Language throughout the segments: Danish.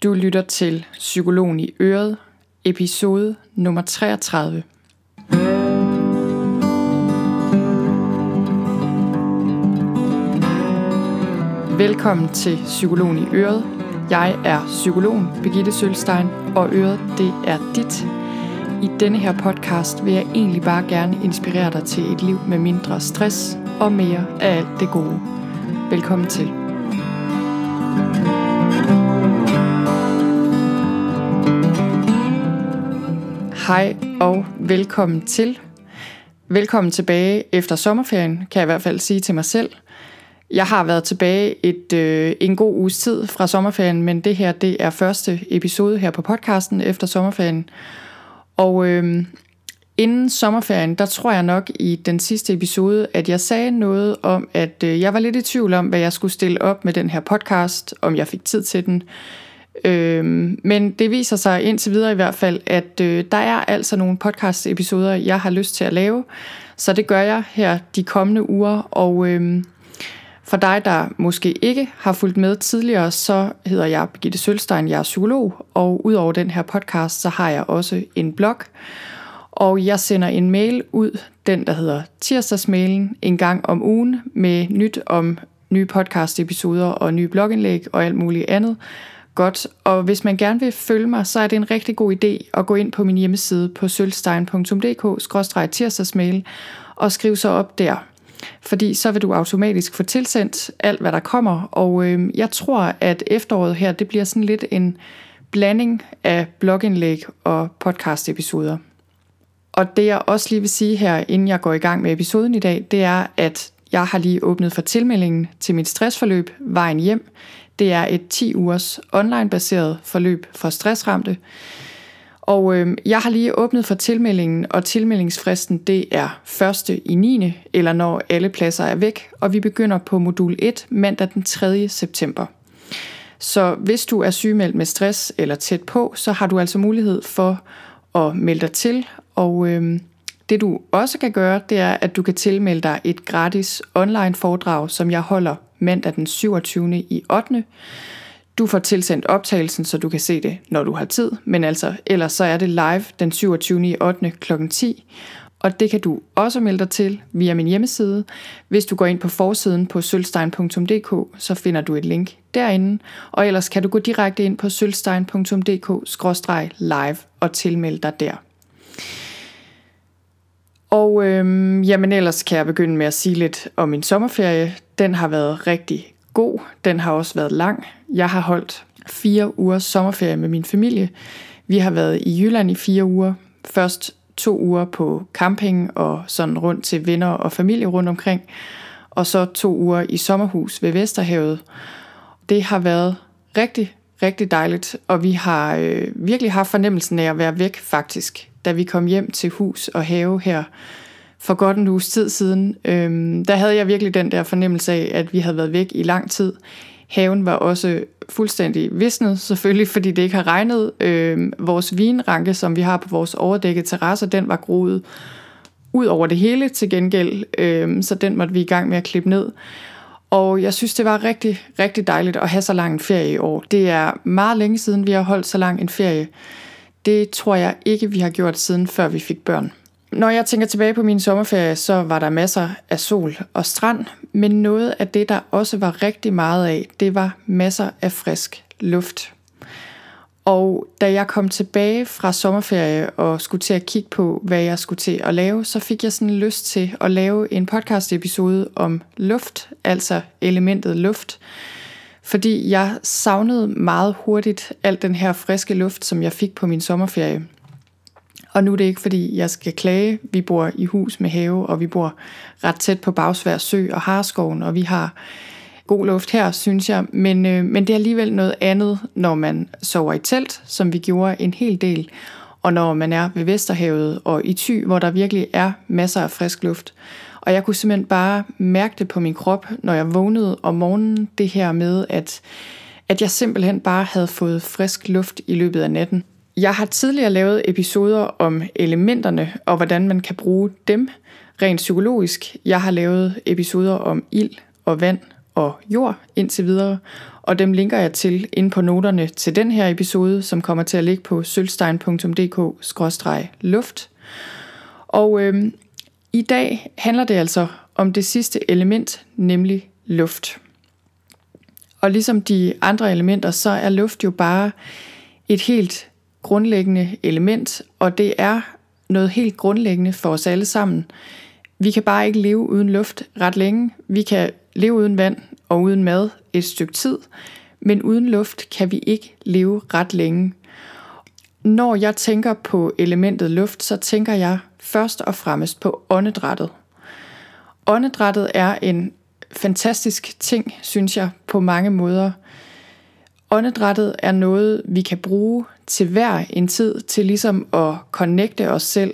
Du lytter til Psykologen i Øret, episode nummer 33. Velkommen til Psykologen i Øret. Jeg er psykologen Birgitte Sølstein, og Øret, det er dit. I denne her podcast vil jeg egentlig bare gerne inspirere dig til et liv med mindre stress og mere af alt det gode. Velkommen til. Hej og velkommen til. Velkommen tilbage efter sommerferien, kan jeg i hvert fald sige til mig selv. Jeg har været tilbage en god uges tid fra sommerferien, men det her det er første episode her på podcasten efter sommerferien. Og inden sommerferien, der tror jeg nok i den sidste episode, at jeg sagde noget om, at jeg var lidt i tvivl om, hvad jeg skulle stille op med den her podcast, om jeg fik tid til den. Men det viser sig indtil videre i hvert fald, at der er altså nogle podcast-episoder, jeg har lyst til at lave. Så det gør jeg her de kommende uger. Og for dig, der måske ikke har fulgt med tidligere, så hedder jeg Birgitte Sølstein, jeg er psykolog. Og udover den her podcast, så har jeg også en blog. Og jeg sender en mail ud, den der hedder tirsdagsmailen, en gang om ugen med nyt om nye podcast-episoder og nye blogindlæg og alt muligt andet. Godt, og hvis man gerne vil følge mig, så er det en rigtig god idé at gå ind på min hjemmeside på sølstein.dk/tirsdagsmail og skrive sig op der. Fordi så vil du automatisk få tilsendt alt, hvad der kommer, og jeg tror, at efteråret her, det bliver sådan lidt en blanding af blogindlæg og podcast-episoder. Og det jeg også lige vil sige her, inden jeg går i gang med episoden i dag, det er, at jeg har lige åbnet for tilmeldingen til mit stressforløb Vejen Hjem. Det er et 10 ugers online-baseret forløb for stressramte. Og jeg har lige åbnet for tilmeldingen, og tilmeldingsfristen det er 1.9., eller når alle pladser er væk. Og vi begynder på modul 1 mandag den 3. september. Så hvis du er sygemeldt med stress eller tæt på, så har du altså mulighed for at melde dig til. Og det du også kan gøre, det er, at du kan tilmelde dig et gratis online foredrag, som jeg holder mandag den 27. i 8. Du får tilsendt optagelsen, så du kan se det, når du har tid. Men altså, ellers så er det live den 27. i 8. kl. 10. Og det kan du også melde dig til via min hjemmeside. Hvis du går ind på forsiden på sølstein.dk, så finder du et link derinde. Og ellers kan du gå direkte ind på sølstein.dk/live og tilmelde dig der. Og jamen ellers kan jeg begynde med at sige lidt om min sommerferie. Den har været rigtig god. Den har også været lang. Jeg har holdt 4 ugers sommerferie med min familie. Vi har været i Jylland i 4 uger. Først 2 uger på camping og sådan rundt til venner og familie rundt omkring. Og så 2 uger i sommerhus ved Vesterhavet. Det har været rigtig, rigtig dejligt. Og vi har virkelig haft fornemmelsen af at være væk faktisk. Da vi kom hjem til hus og have her for godt en uges tid siden, der havde jeg virkelig den der fornemmelse af, at vi havde været væk i lang tid. Haven var også fuldstændig visnet, selvfølgelig fordi det ikke har regnet. Vores vinranke, som vi har på vores overdækkede terrasse, den var groet ud over det hele til gengæld, så den måtte vi i gang med at klippe ned. Og jeg synes, det var rigtig, rigtig dejligt at have så lang en ferie i år. Det er meget længe siden, vi har holdt så lang en ferie. Det tror jeg ikke, vi har gjort siden før vi fik børn. Når jeg tænker tilbage på min sommerferie, så var der masser af sol og strand, men noget af det, der også var rigtig meget af, det var masser af frisk luft. Og da jeg kom tilbage fra sommerferie og skulle til at kigge på, hvad jeg skulle til at lave, så fik jeg sådan lyst til at lave en podcast-episode om luft, altså elementet luft. Fordi jeg savnede meget hurtigt al den her friske luft, som jeg fik på min sommerferie. Og nu er det ikke, fordi jeg skal klage. Vi bor i hus med have, og vi bor ret tæt på Bagsværd Sø og Hareskoven, og vi har god luft her, synes jeg. Men det er alligevel noget andet, når man sover i telt, som vi gjorde en hel del, og når man er ved Vesterhavet og i Thy, hvor der virkelig er masser af frisk luft. Og jeg kunne simpelthen bare mærke det på min krop, når jeg vågnede om morgenen, det her med, at jeg simpelthen bare havde fået frisk luft i løbet af natten. Jeg har tidligere lavet episoder om elementerne og hvordan man kan bruge dem rent psykologisk. Jeg har lavet episoder om ild og vand og jord indtil videre. og dem linker jeg til inde på noterne til den her episode, som kommer til at ligge på sølvstein.dk/luft. Og i dag handler det altså om det sidste element, nemlig luft. Og ligesom de andre elementer, så er luft jo bare et helt grundlæggende element, og det er noget helt grundlæggende for os alle sammen. Vi kan bare ikke leve uden luft ret længe. Vi kan leve uden vand og uden mad et stykke tid, men uden luft kan vi ikke leve ret længe. Når jeg tænker på elementet luft, så tænker jeg først og fremmest på åndedrættet. Åndedrættet er en fantastisk ting, synes jeg, på mange måder. Åndedrættet er noget, vi kan bruge til hver en tid, til ligesom at connecte os selv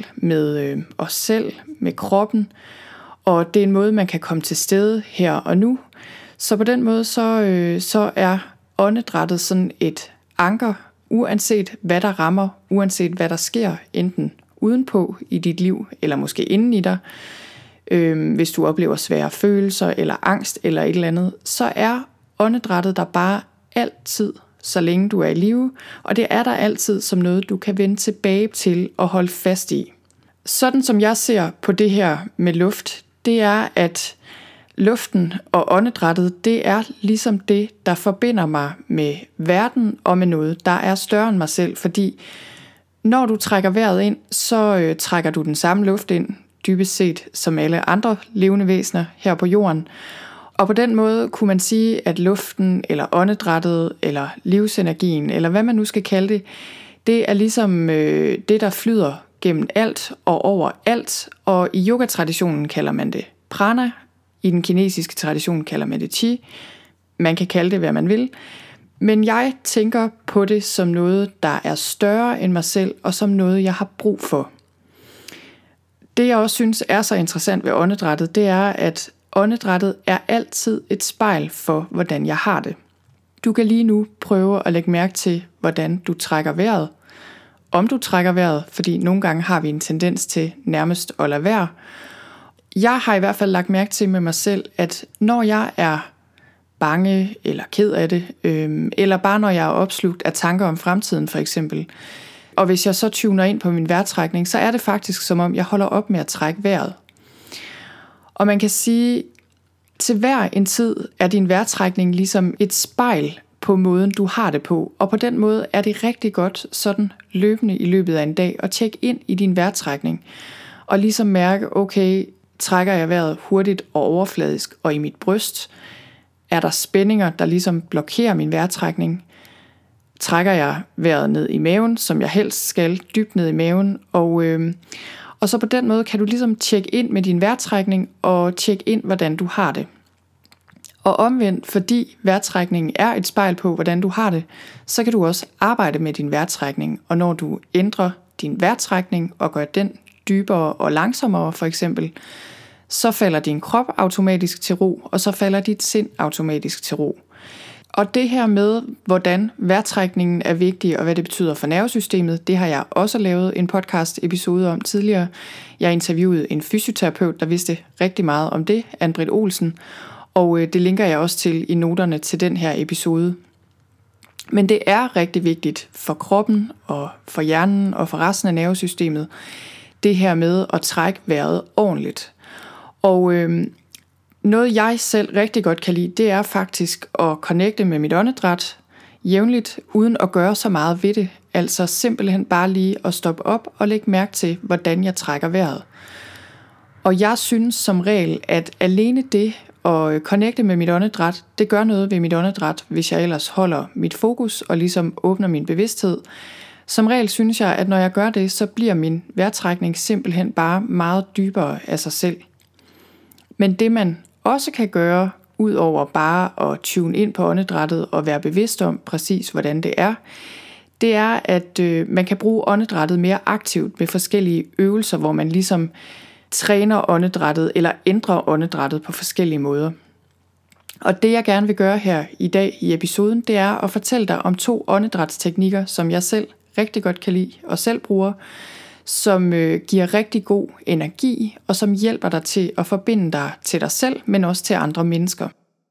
med kroppen. Og det er en måde, man kan komme til stede her og nu. Så på den måde, så er åndedrættet sådan et anker, uanset hvad der rammer, uanset hvad der sker, enten udenpå i dit liv, eller måske inden i dig. Hvis du oplever svære følelser, eller angst, eller et eller andet, så er åndedrættet der bare altid, så længe du er i live, og det er der altid som noget, du kan vende tilbage til og holde fast i. Sådan som jeg ser på det her med luft, det er, at luften og åndedrættet, det er ligesom det, der forbinder mig med verden og med noget, der er større end mig selv, fordi når du trækker vejret ind, så trækker du den samme luft ind, dybest set som alle andre levende væsener her på jorden. Og på den måde kunne man sige, at luften, eller åndedrættet, eller livsenergien, eller hvad man nu skal kalde det, det er ligesom det, der flyder gennem alt og over alt. Og i yogatraditionen kalder man det prana, i den kinesiske tradition kalder man det chi. Man kan kalde det, hvad man vil. Men jeg tænker på det som noget, der er større end mig selv, og som noget, jeg har brug for. Det jeg også synes er så interessant ved åndedrættet, det er, at åndedrættet er altid et spejl for, hvordan jeg har det. Du kan lige nu prøve at lægge mærke til, hvordan du trækker vejret. Om du trækker vejret, fordi nogle gange har vi en tendens til nærmest at lade være. Jeg har i hvert fald lagt mærke til med mig selv, at når jeg er bange eller ked af det, eller bare når jeg er opslugt af tanker om fremtiden for eksempel, og hvis jeg så tuner ind på min vejrtrækning, så er det faktisk som om, jeg holder op med at trække vejret. Og man kan sige, til hver en tid er din vejrtrækning ligesom et spejl på måden, du har det på. Og på den måde er det rigtig godt sådan løbende i løbet af en dag at tjekke ind i din vejrtrækning. Og ligesom mærke, okay, trækker jeg vejret hurtigt og overfladisk og i mit bryst? Er der spændinger, der ligesom blokerer min vejrtrækning? Trækker jeg vejret ned i maven, som jeg helst skal, dybt ned i maven? Og så på den måde kan du ligesom tjekke ind med din vejrtrækning og tjekke ind, hvordan du har det. Og omvendt, fordi vejrtrækningen er et spejl på, hvordan du har det, så kan du også arbejde med din vejrtrækning. Og når du ændrer din vejrtrækning og gør den dybere og langsommere for eksempel, så falder din krop automatisk til ro, og så falder dit sind automatisk til ro. Og det her med, hvordan vejrtrækningen er vigtig, og hvad det betyder for nervesystemet, det har jeg også lavet en podcast episode om tidligere. Jeg interviewede en fysioterapeut, der vidste rigtig meget om det, Ann-Britt Olsen, og det linker jeg også til i noterne til den her episode. Men det er rigtig vigtigt for kroppen, og for hjernen, og for resten af nervesystemet, det her med at trække vejret ordentligt. Og noget jeg selv rigtig godt kan lide, det er faktisk at connecte med mit åndedræt jævnligt, uden at gøre så meget ved det. Altså simpelthen bare lige at stoppe op og lægge mærke til, hvordan jeg trækker vejret. Og jeg synes som regel, at alene det at connecte med mit åndedræt, det gør noget ved mit åndedræt, hvis jeg ellers holder mit fokus og ligesom åbner min bevidsthed. Som regel synes jeg, at når jeg gør det, så bliver min vejrtrækning simpelthen bare meget dybere af sig selv. Men det man også kan gøre, ud over bare at tune ind på åndedrættet og være bevidst om præcis hvordan det er, at man kan bruge åndedrættet mere aktivt med forskellige øvelser, hvor man ligesom træner åndedrættet eller ændrer åndedrættet på forskellige måder. Og det jeg gerne vil gøre her i dag i episoden, det er at fortælle dig om 2 åndedrætsteknikker, som jeg selv rigtig godt kan lide og selv bruger, som giver rigtig god energi og som hjælper dig til at forbinde dig til dig selv, men også til andre mennesker.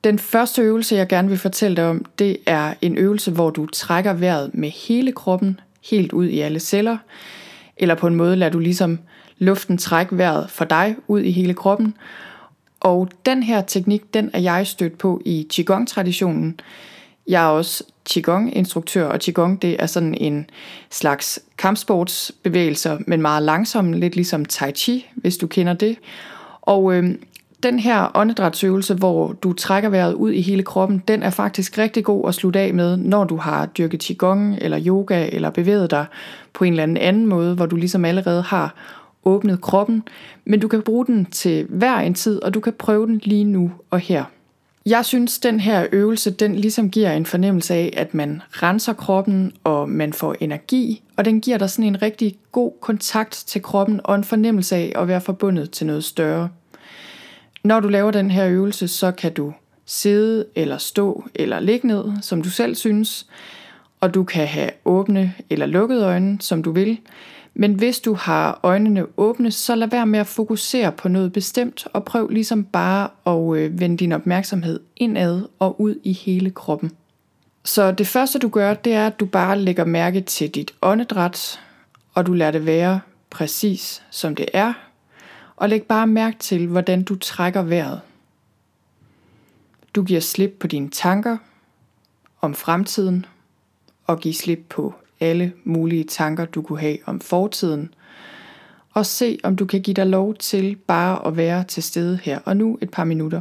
Den første øvelse, jeg gerne vil fortælle dig om, det er en øvelse, hvor du trækker vejret med hele kroppen, helt ud i alle celler. Eller på en måde lader du ligesom luften trække vejret for dig ud i hele kroppen. Og den her teknik, den er jeg stødt på i Qigong-traditionen. Jeg er også Qigong-instruktør, og Qigong det er sådan en slags kampsportsbevægelser, men meget langsom, lidt ligesom Tai Chi, hvis du kender det. Og den her åndedrætsøvelse, hvor du trækker vejret ud i hele kroppen, den er faktisk rigtig god at slutte af med, når du har dyrket Qigong eller yoga, eller bevæget dig på en eller anden måde, hvor du ligesom allerede har åbnet kroppen. Men du kan bruge den til hver en tid, og du kan prøve den lige nu og her. Jeg synes, den her øvelse, den ligesom giver en fornemmelse af, at man renser kroppen, og man får energi, og den giver dig sådan en rigtig god kontakt til kroppen, og en fornemmelse af at være forbundet til noget større. Når du laver den her øvelse, så kan du sidde eller stå eller ligge ned, som du selv synes, og du kan have åbne eller lukkede øjne, som du vil. Men hvis du har øjnene åbne, så lad være med at fokusere på noget bestemt, og prøv ligesom bare at vende din opmærksomhed indad og ud i hele kroppen. Så det første du gør, det er, at du bare lægger mærke til dit åndedræt, og du lader det være præcis som det er, og læg bare mærke til, hvordan du trækker vejret. Du giver slip på dine tanker om fremtiden, og giver slip på alle mulige tanker, du kunne have om fortiden. Og se, om du kan give dig lov til bare at være til stede her og nu et par minutter.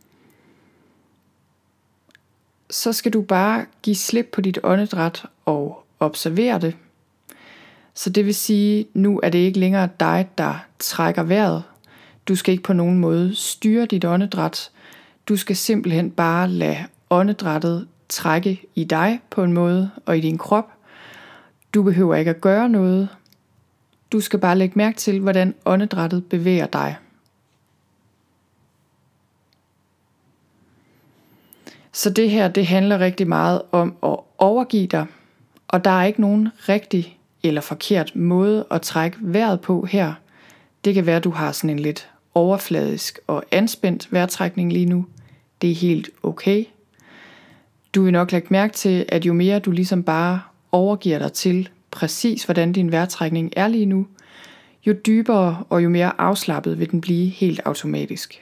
Så skal du bare give slip på dit åndedræt og observere det. Så det vil sige, nu er det ikke længere dig, der trækker vejret. Du skal ikke på nogen måde styre dit åndedræt. Du skal simpelthen bare lade åndedrættet trække i dig på en måde og i din krop. Du behøver ikke at gøre noget. Du skal bare lægge mærke til, hvordan åndedrættet bevæger dig. Så det her, det handler rigtig meget om at overgive dig, og der er ikke nogen rigtig eller forkert måde at trække vejret på her. Det kan være, at du har sådan en lidt overfladisk og anspændt vejrtrækning lige nu. Det er helt okay. Du vil nok lægge mærke til, at jo mere du ligesom bare overgiver dig til præcis, hvordan din vejrtrækning er lige nu, jo dybere og jo mere afslappet vil den blive helt automatisk.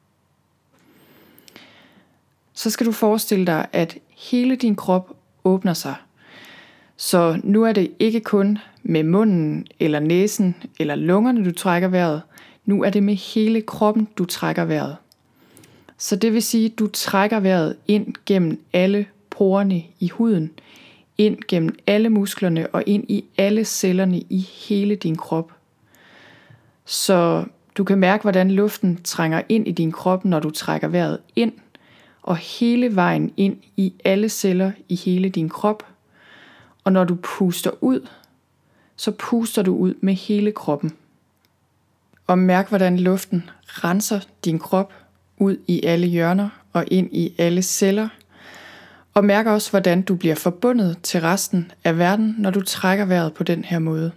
Så skal du forestille dig, at hele din krop åbner sig. Så nu er det ikke kun med munden eller næsen eller lungerne, du trækker vejret. Nu er det med hele kroppen, du trækker vejret. Så det vil sige, at du trækker vejret ind gennem alle porerne i huden, ind gennem alle musklerne og ind i alle cellerne i hele din krop. Så du kan mærke, hvordan luften trænger ind i din krop, når du trækker vejret ind, og hele vejen ind i alle celler i hele din krop. Og når du puster ud, så puster du ud med hele kroppen. Og mærk, hvordan luften renser din krop ud i alle hjørner og ind i alle celler. Og mærk også, hvordan du bliver forbundet til resten af verden, når du trækker vejret på den her måde.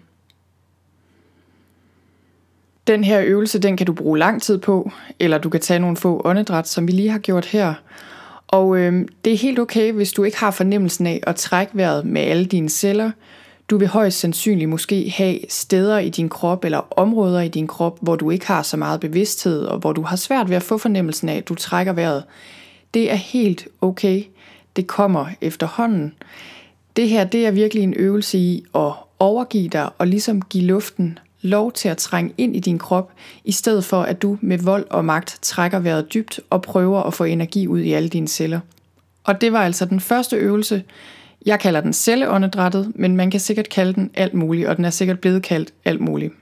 Den her øvelse, den kan du bruge lang tid på, eller du kan tage nogle få åndedræt, som vi lige har gjort her. Og det er helt okay, hvis du ikke har fornemmelsen af at trække vejret med alle dine celler. Du vil højst sandsynligt måske have steder i din krop eller områder i din krop, hvor du ikke har så meget bevidsthed, og hvor du har svært ved at få fornemmelsen af, at du trækker vejret. Det er helt okay. Det kommer efterhånden. Det her, det er virkelig en øvelse i at overgive dig og ligesom give luften lov til at trænge ind i din krop, i stedet for at du med vold og magt trækker vejret dybt og prøver at få energi ud i alle dine celler. Og det var altså den første øvelse. Jeg kalder den celleåndedrættet, men man kan sikkert kalde den alt muligt, og den er sikkert blevet kaldt alt muligt.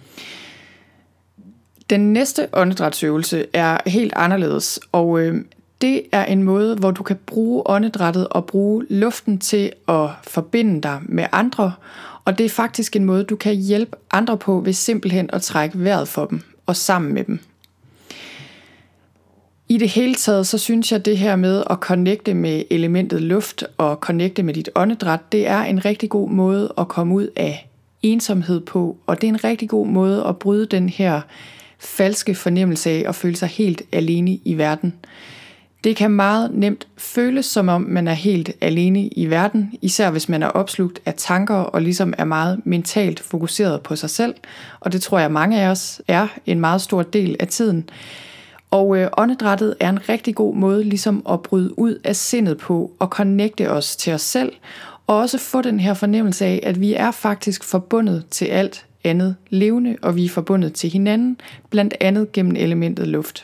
Den næste åndedrætsøvelse er helt anderledes, og det er en måde, hvor du kan bruge åndedrættet og bruge luften til at forbinde dig med andre, og det er faktisk en måde, du kan hjælpe andre på ved simpelthen at trække vejret for dem og sammen med dem. I det hele taget, så synes jeg, at det her med at connecte med elementet luft og connecte med dit åndedræt, det er en rigtig god måde at komme ud af ensomhed på, og det er en rigtig god måde at bryde den her falske fornemmelse af at føle sig helt alene i verden. Det kan meget nemt føles som om man er helt alene i verden, især hvis man er opslugt af tanker og ligesom er meget mentalt fokuseret på sig selv. Og det tror jeg mange af os er en meget stor del af tiden. Og åndedrættet er en rigtig god måde ligesom at bryde ud af sindet på og connecte os til os selv. Og også få den her fornemmelse af, at vi er faktisk forbundet til alt andet levende, og vi er forbundet til hinanden, blandt andet gennem elementet luft.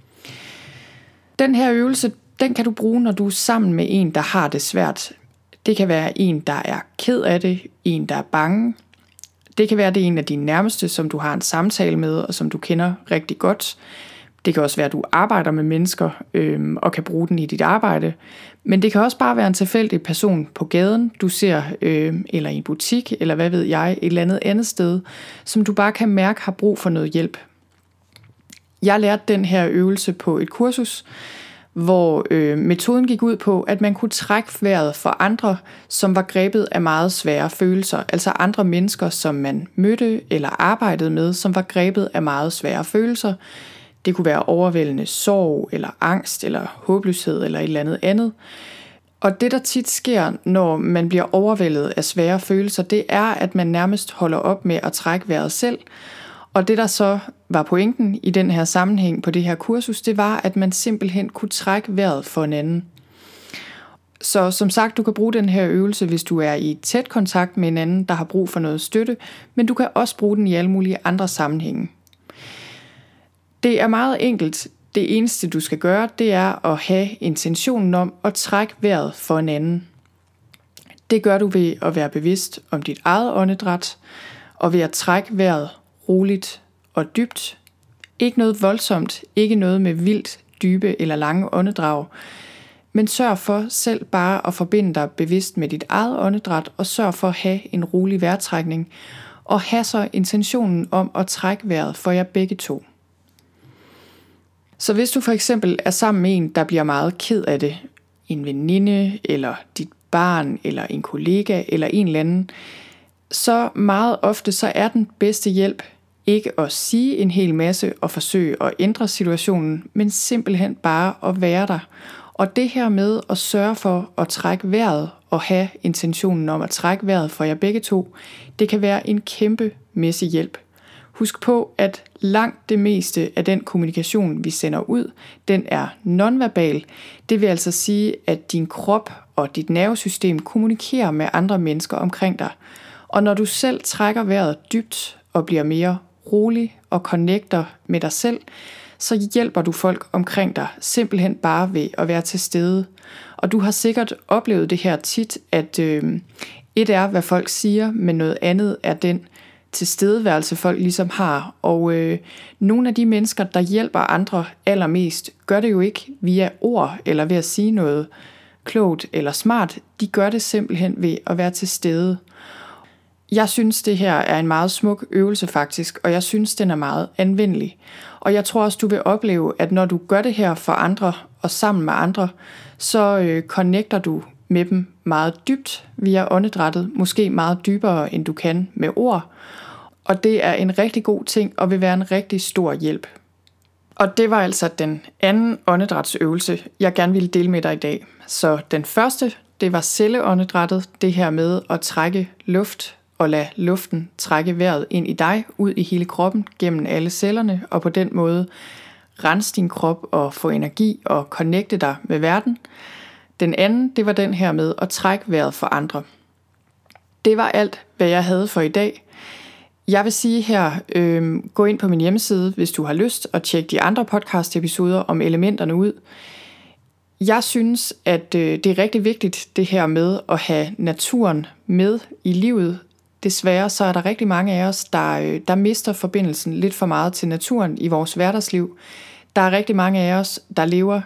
Den her øvelse, den kan du bruge, når du er sammen med en, der har det svært. Det kan være en, der er ked af det, en, der er bange. Det kan være, det er en af dine nærmeste, som du har en samtale med, og som du kender rigtig godt. Det kan også være, at du arbejder med mennesker og kan bruge den i dit arbejde. Men det kan også bare være en tilfældig person på gaden, du ser, eller i en butik, eller hvad ved jeg, et eller andet sted, som du bare kan mærke har brug for noget hjælp. Jeg lærte den her øvelse på et kursus, hvor metoden gik ud på, at man kunne trække vejret for andre, som var grebet af meget svære følelser. Altså andre mennesker, som man mødte eller arbejdede med, som var grebet af meget svære følelser. Det kunne være overvældende sorg, eller angst, eller håbløshed, eller et eller andet. Og det, der tit sker, når man bliver overvældet af svære følelser, det er, at man nærmest holder op med at trække vejret selv. Og det, der så var pointen i den her sammenhæng på det her kursus, det var, at man simpelthen kunne trække vejret for en anden. Så som sagt, du kan bruge den her øvelse, hvis du er i tæt kontakt med en anden, der har brug for noget støtte, men du kan også bruge den i alle mulige andre sammenhænge. Det er meget enkelt. Det eneste, du skal gøre, det er at have intentionen om at trække vejret for en anden. Det gør du ved at være bevidst om dit eget åndedræt, og ved at trække vejret roligt og dybt. Ikke noget voldsomt, ikke noget med vildt, dybe eller lange åndedrag, men sørg for selv bare at forbinde dig bevidst med dit eget åndedræt, og sørg for at have en rolig vejrtrækning, og have så intentionen om at trække vejret for jer begge to. Så hvis du for eksempel er sammen med en, der bliver meget ked af det, en veninde, eller dit barn, eller en kollega, eller en eller anden, så meget ofte så er den bedste hjælp ikke at sige en hel masse og forsøge at ændre situationen, men simpelthen bare at være der. Og det her med at sørge for at trække vejret og have intentionen om at trække vejret for jer begge to, det kan være en kæmpemæssig hjælp. Husk på, at langt det meste af den kommunikation, vi sender ud, den er nonverbal. Det vil altså sige, at din krop og dit nervesystem kommunikerer med andre mennesker omkring dig. Og når du selv trækker vejret dybt og bliver mere rolig og connecter med dig selv, så hjælper du folk omkring dig simpelthen bare ved at være til stede. Og du har sikkert oplevet det her tit, at et er, hvad folk siger, men noget andet er den tilstedeværelse, folk ligesom har. Og nogle af de mennesker, der hjælper andre allermest, gør det jo ikke via ord eller ved at sige noget klogt eller smart. De gør det simpelthen ved at være til stede. Jeg synes, det her er en meget smuk øvelse faktisk, og jeg synes, den er meget anvendelig. Og jeg tror også, du vil opleve, at når du gør det her for andre og sammen med andre, så connecter du med dem meget dybt via åndedrættet, måske meget dybere, end du kan med ord. Og det er en rigtig god ting og vil være en rigtig stor hjælp. Og det var altså den anden åndedrætsøvelse, jeg gerne ville dele med dig i dag. Så den første, det var celleåndedrættet, det her med at trække luft og lade luften trække vejret ind i dig, ud i hele kroppen, gennem alle cellerne, og på den måde rense din krop og få energi og connecte dig med verden. Den anden, det var den her med at trække vejret for andre. Det var alt, hvad jeg havde for i dag. Jeg vil sige her, gå ind på min hjemmeside, hvis du har lyst, og tjek de andre podcast-episoder om elementerne ud. Jeg synes, at det er rigtig vigtigt, det her med at have naturen med i livet. Desværre så er der rigtig mange af os, der mister forbindelsen lidt for meget til naturen i vores hverdagsliv. Der er rigtig mange af os, der lever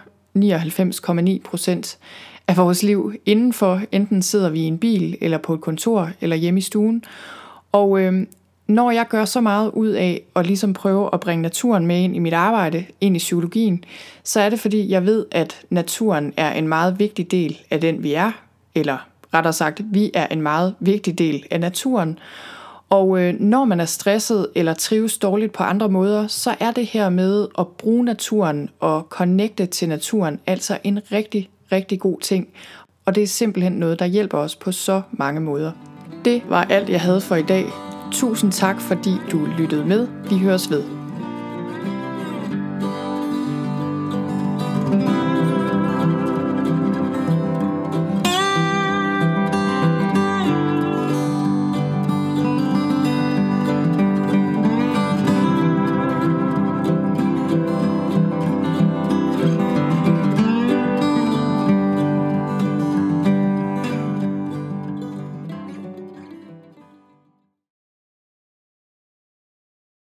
99,9% af vores liv indenfor. Enten sidder vi i en bil, eller på et kontor, eller hjemme i stuen. Og når jeg gør så meget ud af at ligesom prøve at bringe naturen med ind i mit arbejde, ind i psykologien, så er det fordi, jeg ved, at naturen er en meget vigtig del af den, vi er. Eller rettere sagt, vi er en meget vigtig del af naturen. Og når man er stresset eller trives dårligt på andre måder, så er det her med at bruge naturen og connecte til naturen altså en rigtig, rigtig god ting. Og det er simpelthen noget, der hjælper os på så mange måder. Det var alt, jeg havde for i dag. Tusind tak, fordi du lyttede med. Vi høres ved.